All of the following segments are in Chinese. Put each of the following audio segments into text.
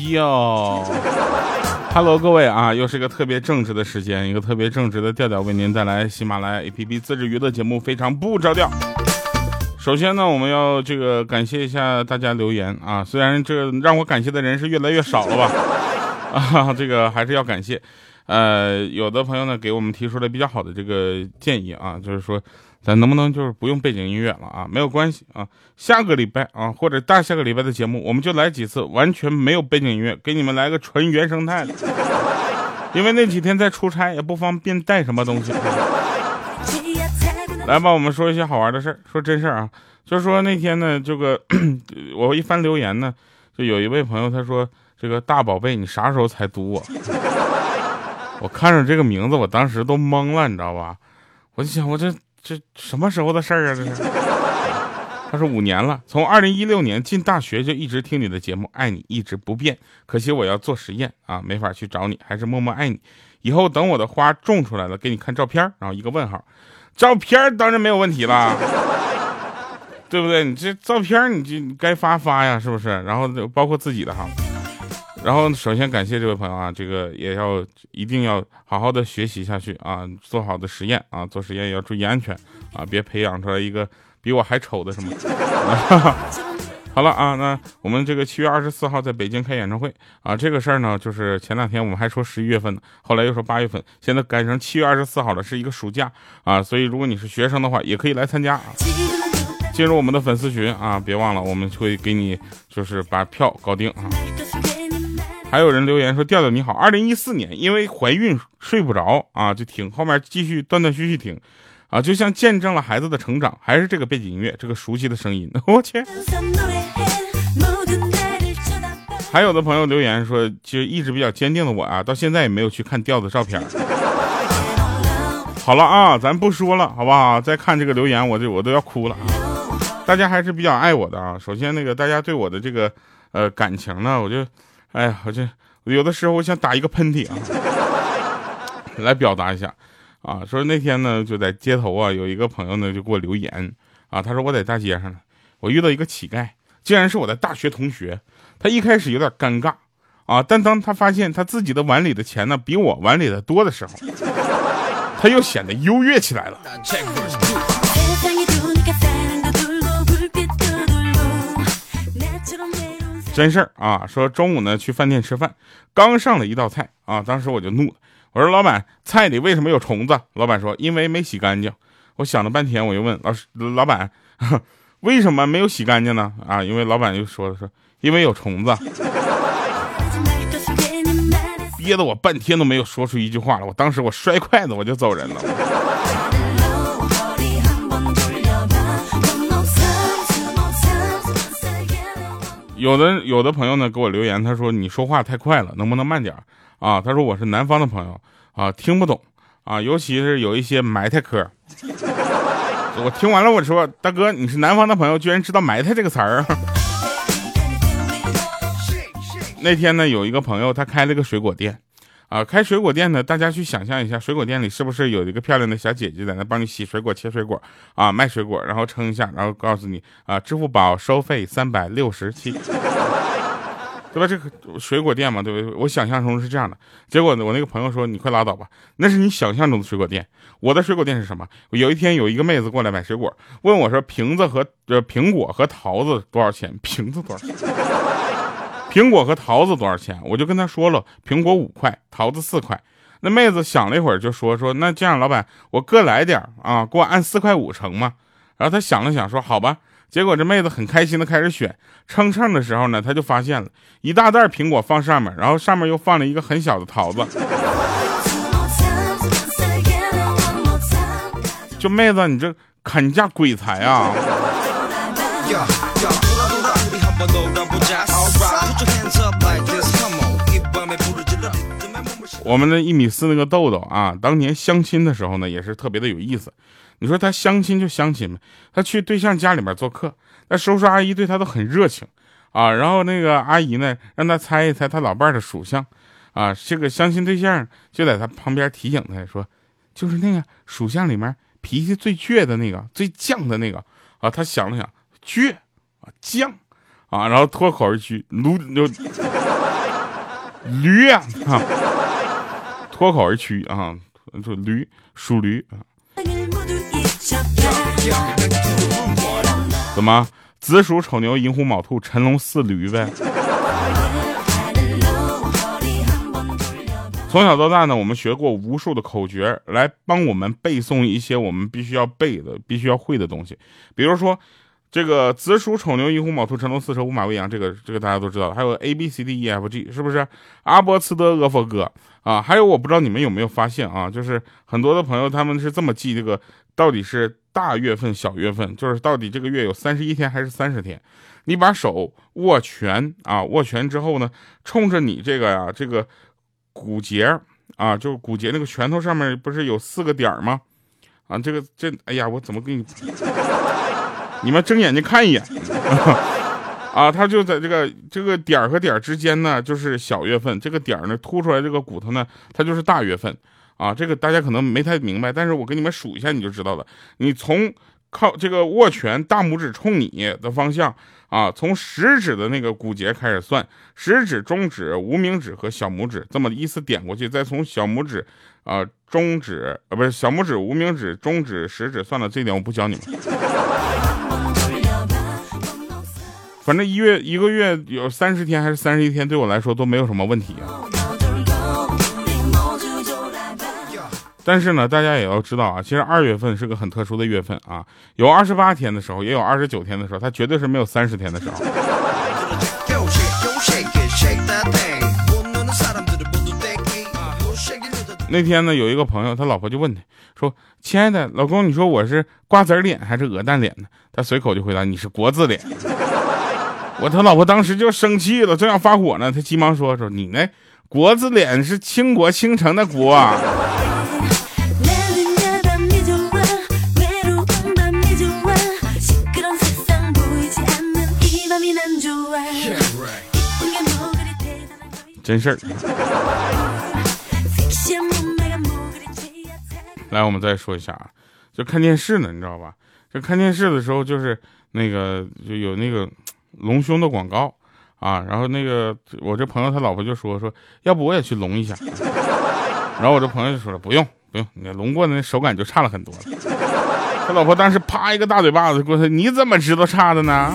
哟，Hello， 各位啊，又是一个特别正直的时间，一个特别正直的调调，为您带来喜马拉雅 APP 自制娱乐节目，非常不着调。首先呢，我们要感谢一下大家留言啊，虽然让我感谢的人是越来越少了吧，啊，还是要感谢。有的朋友呢给我们提出了比较好的建议啊，就是说咱能不能不用背景音乐了啊？没有关系啊，下个礼拜啊或者大下个礼拜的节目，我们就来几次完全没有背景音乐，给你们来个纯原生态的。因为那几天在出差，也不方便带什么东西。来吧，我们说一些好玩的事儿，说真事儿啊，就是说那天呢，我一翻留言呢，就有一位朋友他说大宝贝，你啥时候才读我？我看着这个名字，我当时都懵了，你知道吧？我就想，我这什么时候的事儿啊？这是。他说5年了，从2016年进大学就一直听你的节目，爱你一直不变。可惜我要做实验啊，没法去找你，还是默默爱你。以后等我的花种出来了，给你看照片，然后一个问号。照片当然没有问题啦，对不对？你这照片你该发呀，是不是？然后包括自己的哈。然后首先感谢这位朋友啊，一定要好好的学习下去啊，做好的实验啊，做实验也要注意安全啊，别培养出来一个比我还丑的什么。好了啊，那我们7月24号在北京开演唱会啊，这个事儿呢，就是前2天我们还说11月份呢，后来又说8月份，现在改成7月24号了，是一个暑假啊，所以如果你是学生的话，也可以来参加啊。进入我们的粉丝群啊，别忘了我们会给你把票搞定啊。还有人留言说，调调你好，2014年因为怀孕睡不着啊，就听后面继续断断续续听啊，就像见证了孩子的成长，还是这个背景音乐，这个熟悉的声音，我去。还有的朋友留言说，其实一直比较坚定的我啊，到现在也没有去看调的照片。好了啊，咱不说了，好不好？再看这个留言，我都要哭了啊！大家还是比较爱我的啊。首先大家对我的感情呢，我有的时候我想打一个喷嚏啊，来表达一下啊。说那天呢，就在街头啊，有一个朋友呢就给我留言啊，他说我在大街上呢，我遇到一个乞丐，竟然是我的大学同学。他一开始有点尴尬啊，但当他发现他自己的碗里的钱呢比我碗里的多的时候，他又显得优越起来了。真事儿啊，说中午呢去饭店吃饭，刚上了一道菜啊，当时我就怒了，我说老板，菜里为什么有虫子？老板说因为没洗干净。我想了半天，我又问老板为什么没有洗干净呢？啊，因为老板又说因为有虫子。憋得我半天都没有说出一句话了，我当时摔筷子我就走人了。有的朋友呢给我留言，他说你说话太快了，能不能慢点啊？他说我是南方的朋友啊，听不懂啊，尤其是有一些埋汰科。我听完了，我说大哥，你是南方的朋友，居然知道埋汰这个词儿。那天呢，有一个朋友他开了个水果店啊，开水果店呢，大家去想象一下，水果店里是不是有一个漂亮的小姐姐在那帮你洗水果、切水果啊，卖水果，然后称一下，然后告诉你啊，支付宝收费367，对吧？这个水果店嘛，对不对？我想象中是这样的。结果呢，我那个朋友说，你快拉倒吧，那是你想象中的水果店。我的水果店是什么？有一天有一个妹子过来买水果，问我说，苹果和桃子多少钱？瓶子多少钱？苹果和桃子多少钱？我就跟他说了，苹果5块，桃子4块。那妹子想了一会儿就说那这样老板，我各来点啊，给我按4块5成嘛。然后他想了想说好吧。结果这妹子很开心的开始选，称的时候呢，他就发现了一大袋苹果放上面，然后上面又放了一个很小的桃子。就妹子，你这砍价鬼才啊！我们的1.4米那个豆豆啊，当年相亲的时候呢，也是特别的有意思。你说他相亲就相亲呗，他去对象家里面做客，那叔叔阿姨对他都很热情啊。然后那个阿姨呢，让他猜一猜他老伴儿的属相啊。这个相亲对象就在他旁边提醒他说，就是那个属相里面脾气最倔的那个，最犟的那个啊。他想了想，倔啊犟啊，然后脱口而出驴啊，脱口而出啊，就驴属驴啊。怎么子鼠丑牛寅虎卯兔辰龙巳驴呗？从小到大呢，我们学过无数的口诀来帮我们背诵一些我们必须要背的、必须要会的东西。比如说，这个子鼠丑牛寅虎卯兔辰龙巳蛇午马未羊，这个大家都知道。还有 ABCDEFG， 是不是？阿波茨德阿佛哥啊？还有我不知道你们有没有发现啊，就是很多的朋友他们是这么记这个到底是大月份、小月份，就是到底这个月有31天还是30天？你把手握拳啊，握拳之后呢，冲着你这个这个骨节啊，就是骨节那个拳头上面不是有4个点吗？啊，哎呀，我怎么给你？你们睁眼睛看一眼啊，它就在这个点和点之间呢，就是小月份，这个点呢凸出来这个骨头呢，它就是大月份啊。这个大家可能没太明白，但是我给你们数一下你就知道了。你从靠这个握拳，大拇指冲你的方向啊，从食指的那个骨节开始算，食指、中指、无名指和小拇指这么依次点过去，再从小拇指中指不是小拇指、无名指、中指、食指，算了，这点我不教你们。反正一个月有30天还是31天，对我来说都没有什么问题啊。但是呢，大家也要知道啊，其实2月份是个很特殊的月份啊，有28天的时候，也有29天的时候，它绝对是没有30天的时候。那天呢，有一个朋友，他老婆就问他说：“亲爱的老公，你说我是瓜子脸还是鹅蛋脸呢？”他随口就回答：“你是国字脸。”他老婆当时就生气了，正要发火呢，他急忙说：“你那国字脸是倾国倾城的国啊。”真事儿。来，我们再说一下啊，就看电视呢，你知道吧？就看电视的时候，就是就有那个隆胸的广告啊，然后我这朋友他老婆就说要不我也去隆一下，然后我这朋友就说了不用，你隆过的那手感就差了很多了。他老婆当时啪一个大嘴巴子过去，你怎么知道差的呢？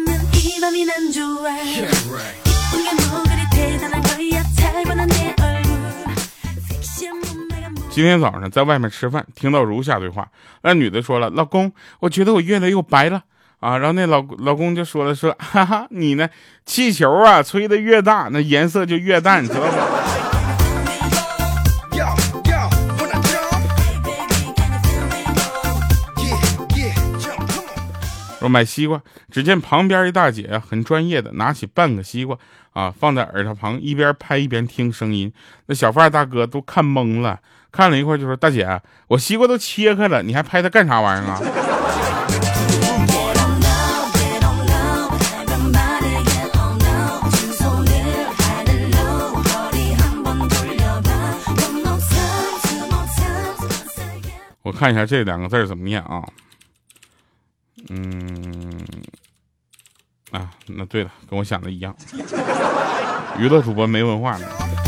今天早上在外面吃饭，听到如下对话。那女的说了：“老公，我觉得我越来越白了啊。”然后那老公就说了：“哈哈，你呢？气球啊，吹得越大，那颜色就越淡，知道吗？”说买西瓜，只见旁边一大姐很专业的拿起半个西瓜啊，放在耳朵旁，一边拍一边听声音。那小贩大哥都看懵了，看了一会儿就说：“大姐，我西瓜都切开了，你还拍它干啥玩意儿啊？”我看一下这2个字怎么念啊？那对了，跟我想的一样。娱乐主播没文化呢。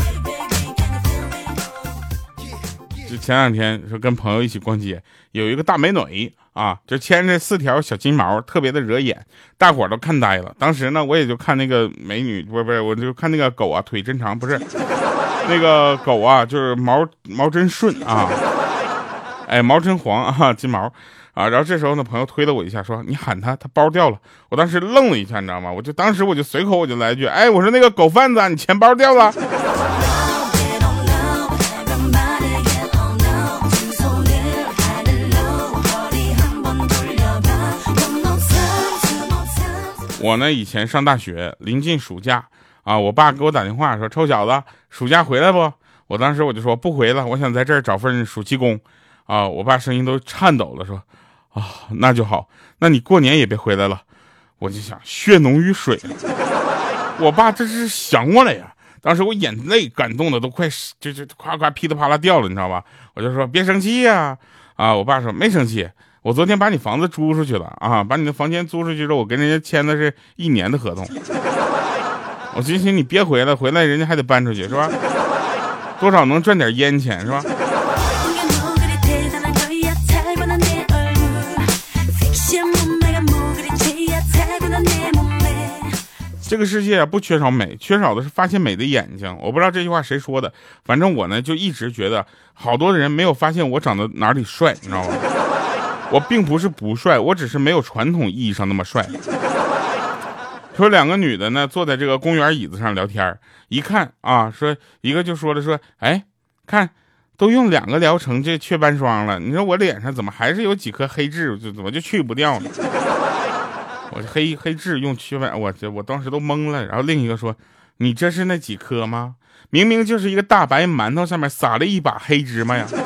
就前2天说跟朋友一起逛街，有一个大美女啊，就牵着4条小金毛，特别的惹眼，大伙都看呆了。当时呢，我也就看那个美女，不是，我就看那个狗啊，腿真长，不是那个狗啊，就是毛真顺啊，哎，毛真黄啊，金毛。啊，然后这时候呢，朋友推了我一下，说：“你喊他包掉了。”我当时愣了一下，你知道吗？当时我就随口来一句：“哎，我说那个狗贩子，你钱包掉了。”我呢，以前上大学临近暑假啊，我爸给我打电话说：“臭小子，暑假回来不？”我当时我就说：“不回了，我想在这儿找份暑期工。”啊，我爸声音都颤抖了，说：“啊，那就好，那你过年也别回来了。”我就想血浓于水，我爸这是想我了呀！当时我眼泪感动的都快就夸夸噼里啪啦掉了，你知道吧？我就说别生气呀！啊，我爸说没生气，我昨天把你房子租出去了啊，把你的房间租出去之后，我跟人家签的是1年的合同。 我心想你别回来，回来人家还得搬出去是吧？多少能赚点烟钱是吧？这个世界不缺少美，缺少的是发现美的眼睛。我不知道这句话谁说的，反正我呢就一直觉得好多人没有发现我长得哪里帅，你知道吗？我并不是不帅，我只是没有传统意义上那么帅。说两个女的呢坐在这个公园椅子上聊天，一看啊，说一个就说了说，哎，看都用2个疗程这雀斑霜了，你说我脸上怎么还是有几颗黑痣，怎么就去不掉呢？我黑痣用雀斑，我当时都懵了。然后另一个说，你这是那几颗吗？明明就是一个大白馒头上面撒了一把黑芝麻呀。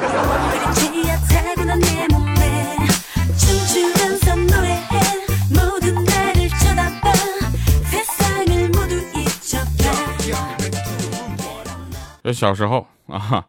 小时候啊，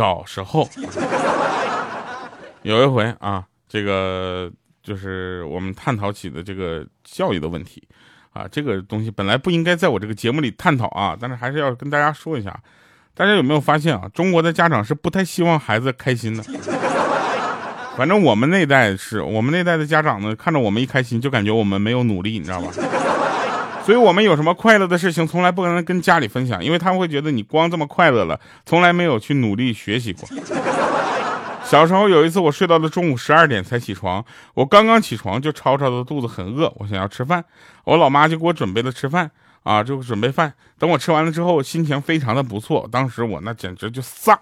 有一回啊，这个就是我们探讨起的这个教育的问题啊，这个东西本来不应该在我这个节目里探讨啊，但是还是要跟大家说一下。大家有没有发现啊，中国的家长是不太希望孩子开心的。反正我们那代的家长呢，看着我们一开心就感觉我们没有努力，你知道吧？所以我们有什么快乐的事情从来不能跟家里分享，因为他们会觉得你光这么快乐了，从来没有去努力学习过。小时候有一次我睡到了中午12点才起床，我刚刚起床就吵吵的肚子很饿，我想要吃饭，我老妈就给我准备了吃饭啊，就准备饭。等我吃完了之后，心情非常的不错，当时我那简直就飒，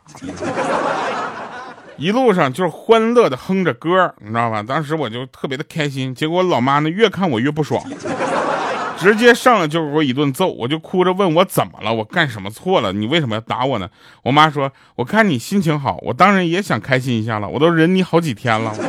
一路上就是欢乐的哼着歌，你知道吧？当时我就特别的开心，结果我老妈呢越看我越不爽，直接上来就给我一顿揍，我就哭着问我怎么了，我干什么错了，你为什么要打我呢？我妈说，我看你心情好，我当然也想开心一下了，我都忍你好几天了。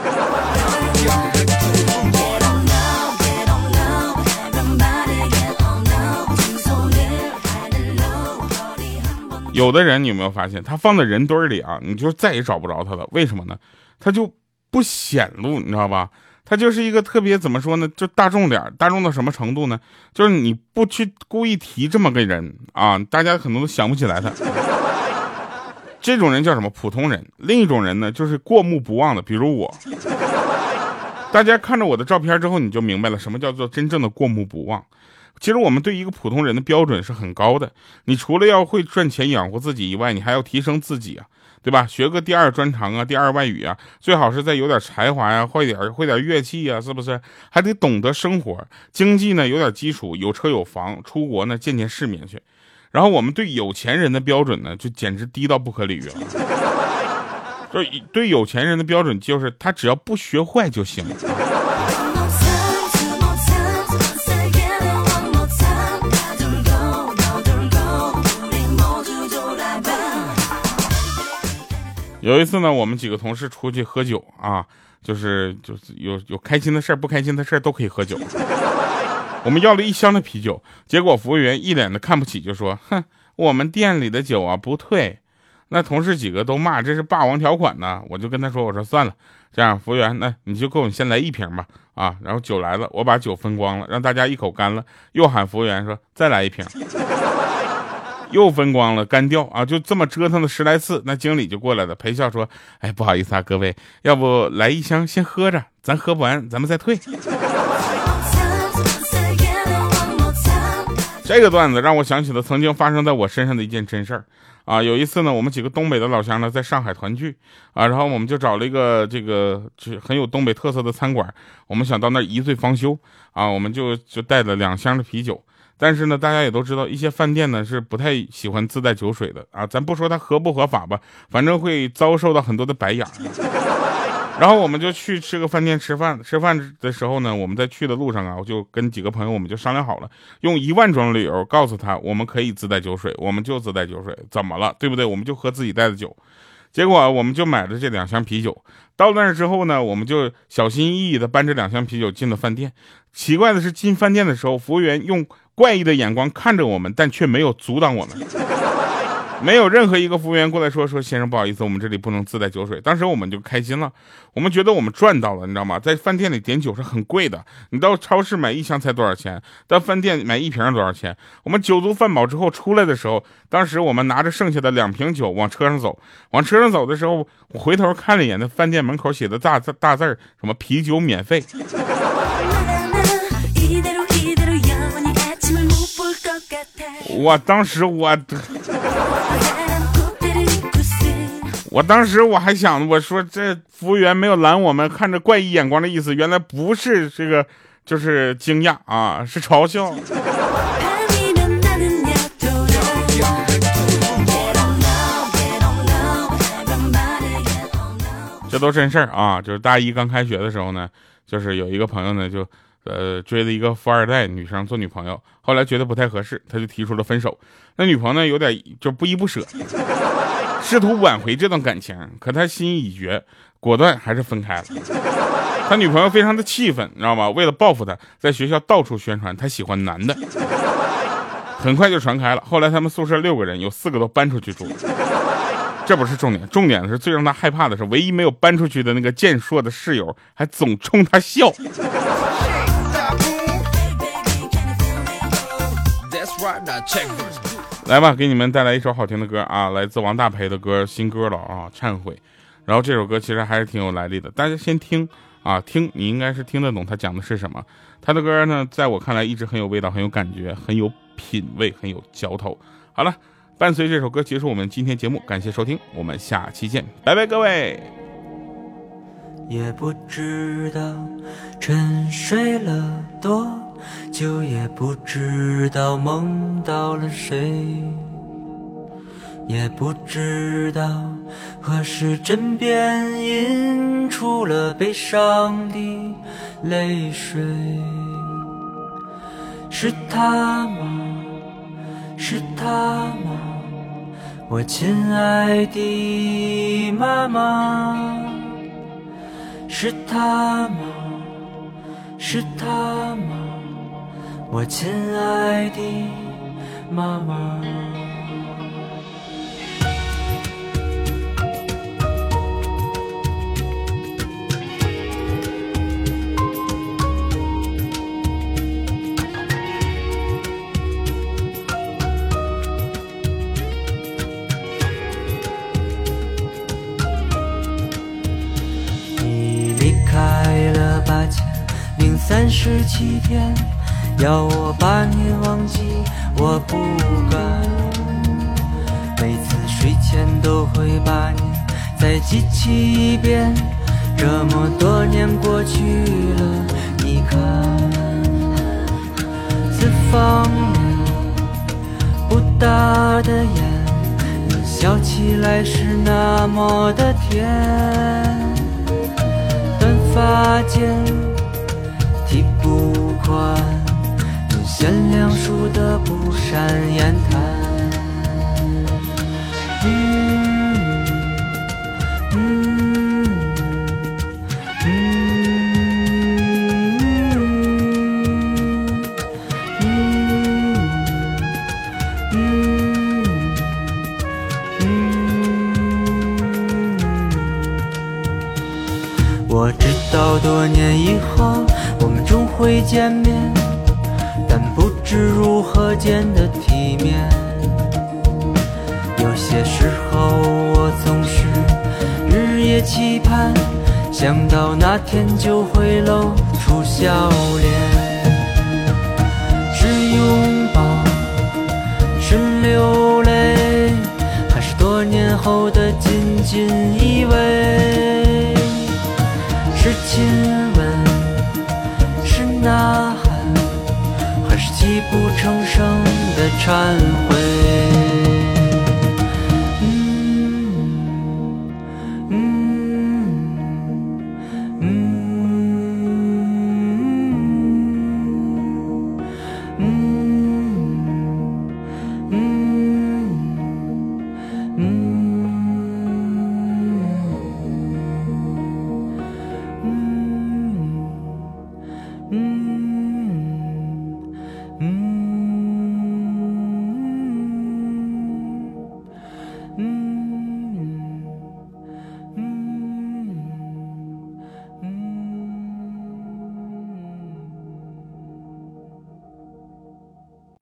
有的人你有没有发现，他放在人堆里啊，你就再也找不着他了，为什么呢？他就不显露，你知道吧？他就是一个特别怎么说呢，就大众点，大众到什么程度呢？就是你不去故意提这么个人啊，大家可能都想不起来他。这种人叫什么？普通人。另一种人呢，就是过目不忘的，比如我。大家看着我的照片之后，你就明白了什么叫做真正的过目不忘。其实我们对一个普通人的标准是很高的，你除了要会赚钱养活自己以外，你还要提升自己啊，对吧？学个第2专长啊，第2外语啊，最好是再有点才华呀，会点乐器啊，是不是？还得懂得生活，经济呢有点基础，有车有房，出国呢见见世面去。然后我们对有钱人的标准呢，就简直低到不可理喻了。就对有钱人的标准就是他只要不学坏就行。有一次呢，我们几个同事出去喝酒啊，就是有开心的事儿，不开心的事儿都可以喝酒。我们要了1箱的啤酒，结果服务员一脸的看不起，就说：“哼，我们店里的酒啊不退。”那同事几个都骂这是霸王条款呢。我就跟他说：“我说算了，这样服务员，那你就给我们先来1瓶吧。”啊，然后酒来了，我把酒分光了，让大家一口干了，又喊服务员说：“再来1瓶。”又分光了，干掉啊！就这么折腾了10来次，那经理就过来了，陪笑说：“哎，不好意思啊，各位，要不来1箱先喝着，咱喝不完咱们再退。”这个段子让我想起了曾经发生在我身上的一件真事儿啊！有一次呢，我们几个东北的老乡呢在上海团聚啊，然后我们就找了一个这个很有东北特色的餐馆，我们想到那儿一醉方休啊，我们就带了2箱的啤酒。但是呢，大家也都知道，一些饭店呢是不太喜欢自带酒水的啊。咱不说它合不合法吧，反正会遭受到很多的白眼。然后我们就去吃个饭店吃饭。吃饭的时候呢，我们在去的路上啊，我就跟几个朋友我们就商量好了，用1万种理由告诉他，我们可以自带酒水，我们就自带酒水，怎么了？对不对？我们就喝自己带的酒。结果我们就买了这2箱啤酒。到那儿之后呢，我们就小心翼翼的搬着2箱啤酒进了饭店。奇怪的是，进饭店的时候，服务员用怪异的眼光看着我们，但却没有阻挡我们。 没有任何一个服务员过来说先生不好意思，我们这里不能自带酒水。当时我们就开心了，我们觉得我们赚到了，你知道吗？在饭店里点酒是很贵的，你到超市买一箱才多少钱，到饭店买一瓶多少钱。我们酒足饭饱之后出来的时候，当时我们拿着剩下的2瓶酒往车上走，的时候，我回头看了一眼那饭店门口写的大字儿，什么啤酒免费。我当时我还想，我说这服务员没有拦我们，看着怪异眼光的意思，原来不是这个，就是惊讶啊，是嘲笑。这都真事儿啊！就是大一刚开学的时候呢，就是有一个朋友呢，就追了一个富二代女生做女朋友，后来觉得不太合适，他就提出了分手。那女朋友呢有点就不依不舍，试图挽回这段感情，可他心意已决，果断还是分开了。他女朋友非常的气愤，你知道吗？为了报复他，在学校到处宣传他喜欢男的，很快就传开了。后来他们宿舍6个人，有4个都搬出去住。这不是重点，重点是最让他害怕的是，唯一没有搬出去的那个健硕的室友还总冲他笑。来吧，给你们带来一首好听的歌啊，来自王大培的歌，新歌了啊，忏悔。然后这首歌其实还是挺有来历的，大家先听啊，听你应该是听得懂他讲的是什么。他的歌呢，在我看来一直很有味道，很有感觉，很有品味，很有嚼头。好了，伴随这首歌结束我们今天节目，感谢收听，我们下期见，拜拜各位。 也不知道沉睡了多久，也不知道梦到了谁，也不知道何时枕边映出了悲伤的泪水。是他吗？是他吗？我亲爱的妈妈。是他吗？是他吗？我亲爱的妈妈。8037天，要我把你忘记，我不敢。每次睡前都会把你再记起一遍。这么多年过去了，你看，四方不大的眼，你笑起来是那么的甜。短发间剃不宽，用限量数的不善言谈。我知道多年以后我们终会见面，但不知如何见得体面。有些时候我总是日夜期盼，想到那天就会露出笑脸。是拥抱，是流泪，还是多年后的紧紧依偎？是亲吻，是呐喊，还是泣不成声的忏悔？